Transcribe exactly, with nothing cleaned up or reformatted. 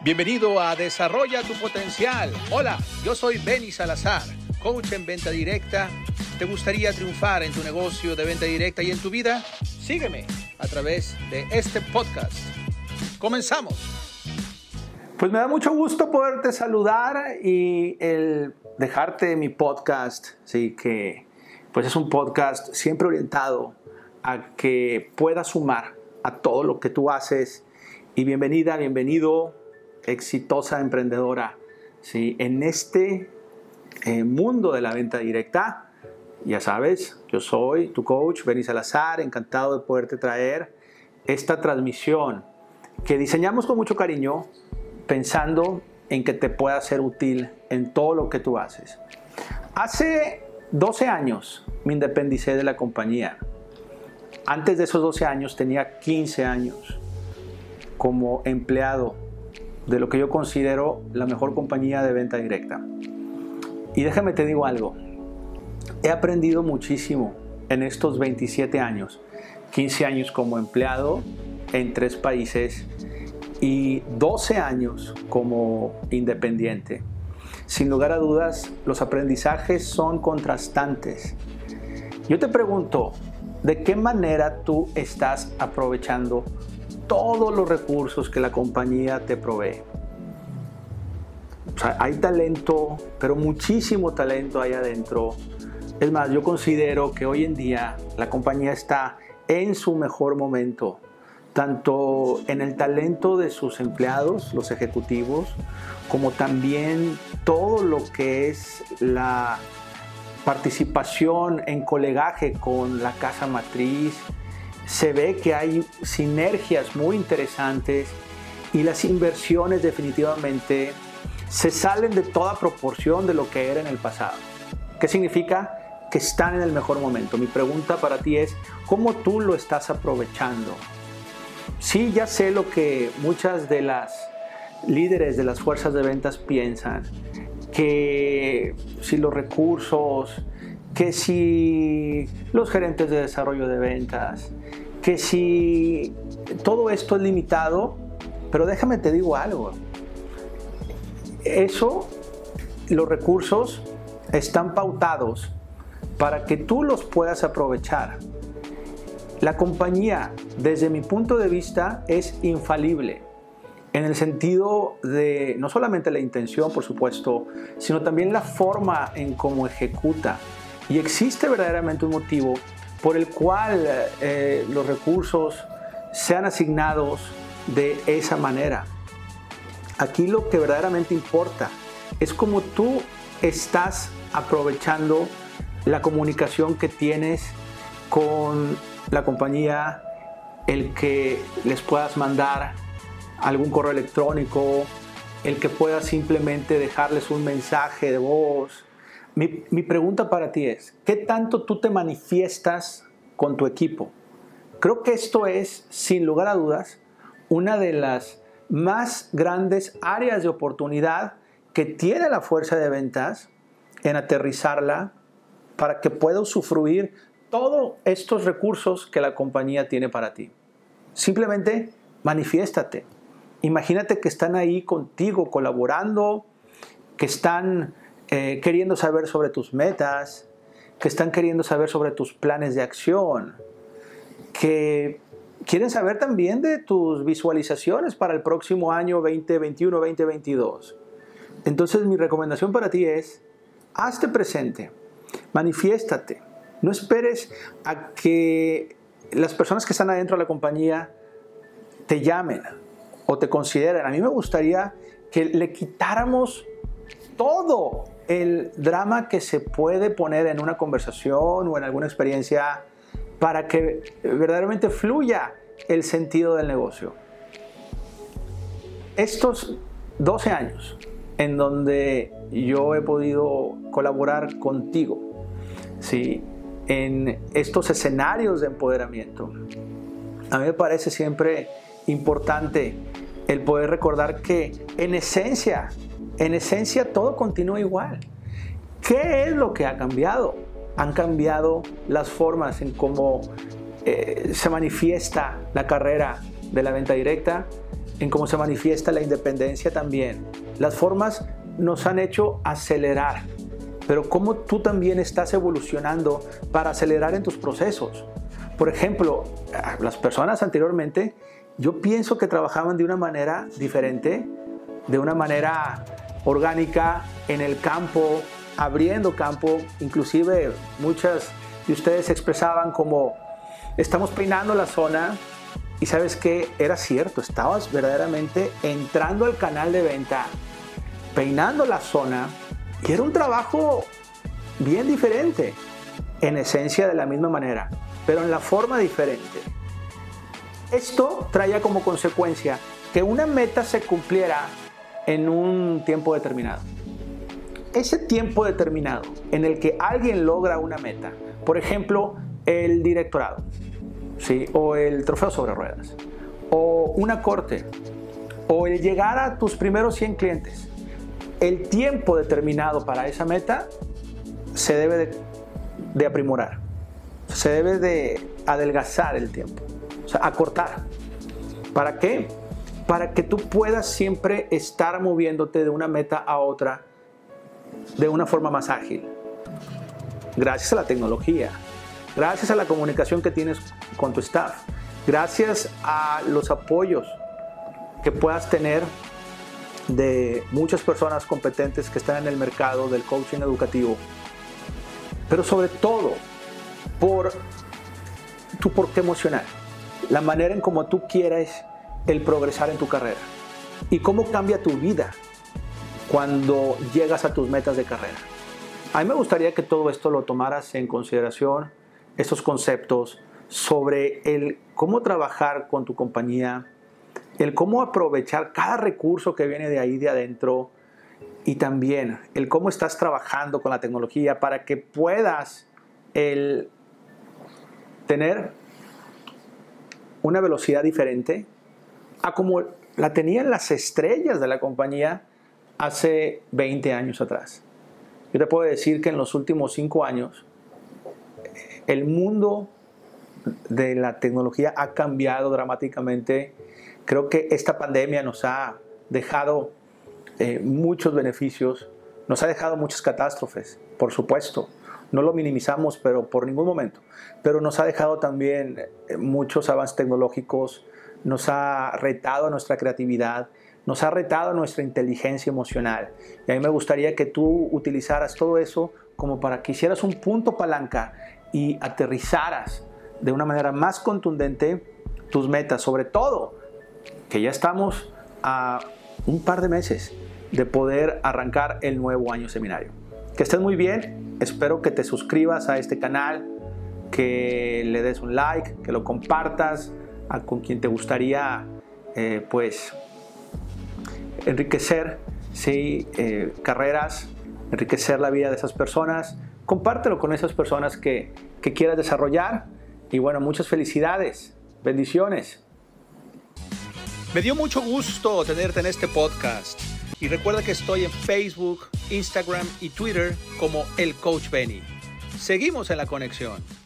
Bienvenido a Desarrolla tu Potencial. Hola, yo soy Benny Salazar, coach en venta directa. ¿Te gustaría triunfar en tu negocio de venta directa y en tu vida? Sígueme a través de este podcast. ¡Comenzamos! Pues me da mucho gusto poderte saludar y el dejarte mi podcast, sí, que pues es un podcast siempre orientado a que puedas sumar a todo lo que tú haces. Y bienvenida, bienvenido, exitosa emprendedora, sí, en este eh, mundo de la venta directa. Ya sabes, yo soy tu coach, Benny Salazar, encantado de poderte traer esta transmisión que diseñamos con mucho cariño, pensando en que te pueda ser útil en todo lo que tú haces. Hace doce años me independicé de la compañía. Antes de esos doce años tenía quince años como empleado de lo que yo considero la mejor compañía de venta directa. Y déjame te digo algo, he aprendido muchísimo en estos veintisiete años, quince años como empleado en tres países y doce años como independiente. Sin lugar a dudas, los aprendizajes son contrastantes. Yo te pregunto, ¿de qué manera tú estás aprovechando todos los recursos que la compañía te provee? O sea, hay talento, pero muchísimo talento ahí adentro. Es más, yo considero que hoy en día la compañía está en su mejor momento, tanto en el talento de sus empleados, los ejecutivos, como también todo lo que es la participación en colegaje con la casa matriz. Se ve que hay sinergias muy interesantes y las inversiones definitivamente se salen de toda proporción de lo que era en el pasado. ¿Qué significa? Que están en el mejor momento. Mi pregunta para ti es, ¿cómo tú lo estás aprovechando? Sí, ya sé lo que muchas de las líderes de las fuerzas de ventas piensan, que si los recursos, que si los gerentes de desarrollo de ventas, que si todo esto es limitado, pero déjame te digo algo. Eso, los recursos están pautados para que tú los puedas aprovechar. La compañía, desde mi punto de vista, es infalible en el sentido de no solamente la intención, por supuesto, sino también la forma en cómo ejecuta. Y existe verdaderamente un motivo por el cual eh, los recursos sean asignados de esa manera. Aquí lo que verdaderamente importa es cómo tú estás aprovechando la comunicación que tienes con la compañía, el que les puedas mandar algún correo electrónico, el que puedas simplemente dejarles un mensaje de voz. Mi, mi pregunta para ti es, ¿qué tanto tú te manifiestas con tu equipo? Creo que esto es, sin lugar a dudas, una de las más grandes áreas de oportunidad que tiene la fuerza de ventas en aterrizarla para que pueda usufruir todos estos recursos que la compañía tiene para ti. Simplemente manifiéstate. Imagínate que están ahí contigo colaborando, que están eh, queriendo saber sobre tus metas, que están queriendo saber sobre tus planes de acción, que quieren saber también de tus visualizaciones para el próximo año veinte veintiuno veinte veintidós. Entonces mi recomendación para ti es, hazte presente, manifiéstate. No esperes a que las personas que están adentro de la compañía te llamen o te consideren. A mí me gustaría que le quitáramos todo el drama que se puede poner en una conversación o en alguna experiencia para que verdaderamente fluya el sentido del negocio. Estos doce años en donde yo he podido colaborar contigo, ¿sí?, en estos escenarios de empoderamiento, a mí me parece siempre importante el poder recordar que en esencia, en esencia todo continúa igual. ¿Qué es lo que ha cambiado? Han cambiado las formas en cómo eh, se manifiesta la carrera de la venta directa, en cómo se manifiesta la independencia también. Las formas nos han hecho acelerar, pero cómo tú también estás evolucionando para acelerar en tus procesos. Por ejemplo, las personas anteriormente, yo pienso que trabajaban de una manera diferente, de una manera orgánica, en el campo, abriendo campo. Inclusive muchas de ustedes expresaban como, estamos peinando la zona, y sabes que era cierto, estabas verdaderamente entrando al canal de venta, peinando la zona, y era un trabajo bien diferente, en esencia de la misma manera, pero en la forma diferente. Esto traía como consecuencia que una meta se cumpliera en un tiempo determinado. Ese tiempo determinado en el que alguien logra una meta, por ejemplo, el directorado, ¿sí? O el trofeo sobre ruedas, o una corte, o el llegar a tus primeros cien clientes, el tiempo determinado para esa meta se debe de, de aprimorar, se debe de adelgazar el tiempo, o sea, acortar. ¿Para qué? Para que tú puedas siempre estar moviéndote de una meta a otra de una forma más ágil, gracias a la tecnología, gracias a la comunicación que tienes con tu staff, gracias a los apoyos que puedas tener de muchas personas competentes que están en el mercado del coaching educativo, pero sobre todo por tu porqué emocional, la manera en cómo tú quieres el progresar en tu carrera y cómo cambia tu vida cuando llegas a tus metas de carrera. A mí me gustaría que todo esto lo tomaras en consideración, estos conceptos sobre el cómo trabajar con tu compañía, el cómo aprovechar cada recurso que viene de ahí de adentro, y también el cómo estás trabajando con la tecnología para que puedas el tener una velocidad diferente a como la tenían las estrellas de la compañía hace veinte años atrás. Yo te puedo decir que en los últimos cinco años el mundo de la tecnología ha cambiado dramáticamente. Creo que esta pandemia nos ha dejado eh, muchos beneficios, nos ha dejado muchas catástrofes, por supuesto. No lo minimizamos, pero por ningún momento. Pero nos ha dejado también eh, muchos avances tecnológicos, nos ha retado nuestra creatividad, nos ha retado nuestra inteligencia emocional. Y a mí me gustaría que tú utilizaras todo eso como para que hicieras un punto palanca y aterrizaras de una manera más contundente tus metas, sobre todo que ya estamos a un par de meses de poder arrancar el nuevo año seminario. Que estés muy bien, espero que te suscribas a este canal, que le des un like, que lo compartas a, con quien te gustaría eh, pues enriquecer, ¿sí? eh, carreras, enriquecer la vida de esas personas. Compártelo con esas personas que, que quieras desarrollar. Y bueno, muchas felicidades, bendiciones. Me dio mucho gusto tenerte en este podcast. Y recuerda que estoy en Facebook, Instagram y Twitter como El Coach Benny. Seguimos en la conexión.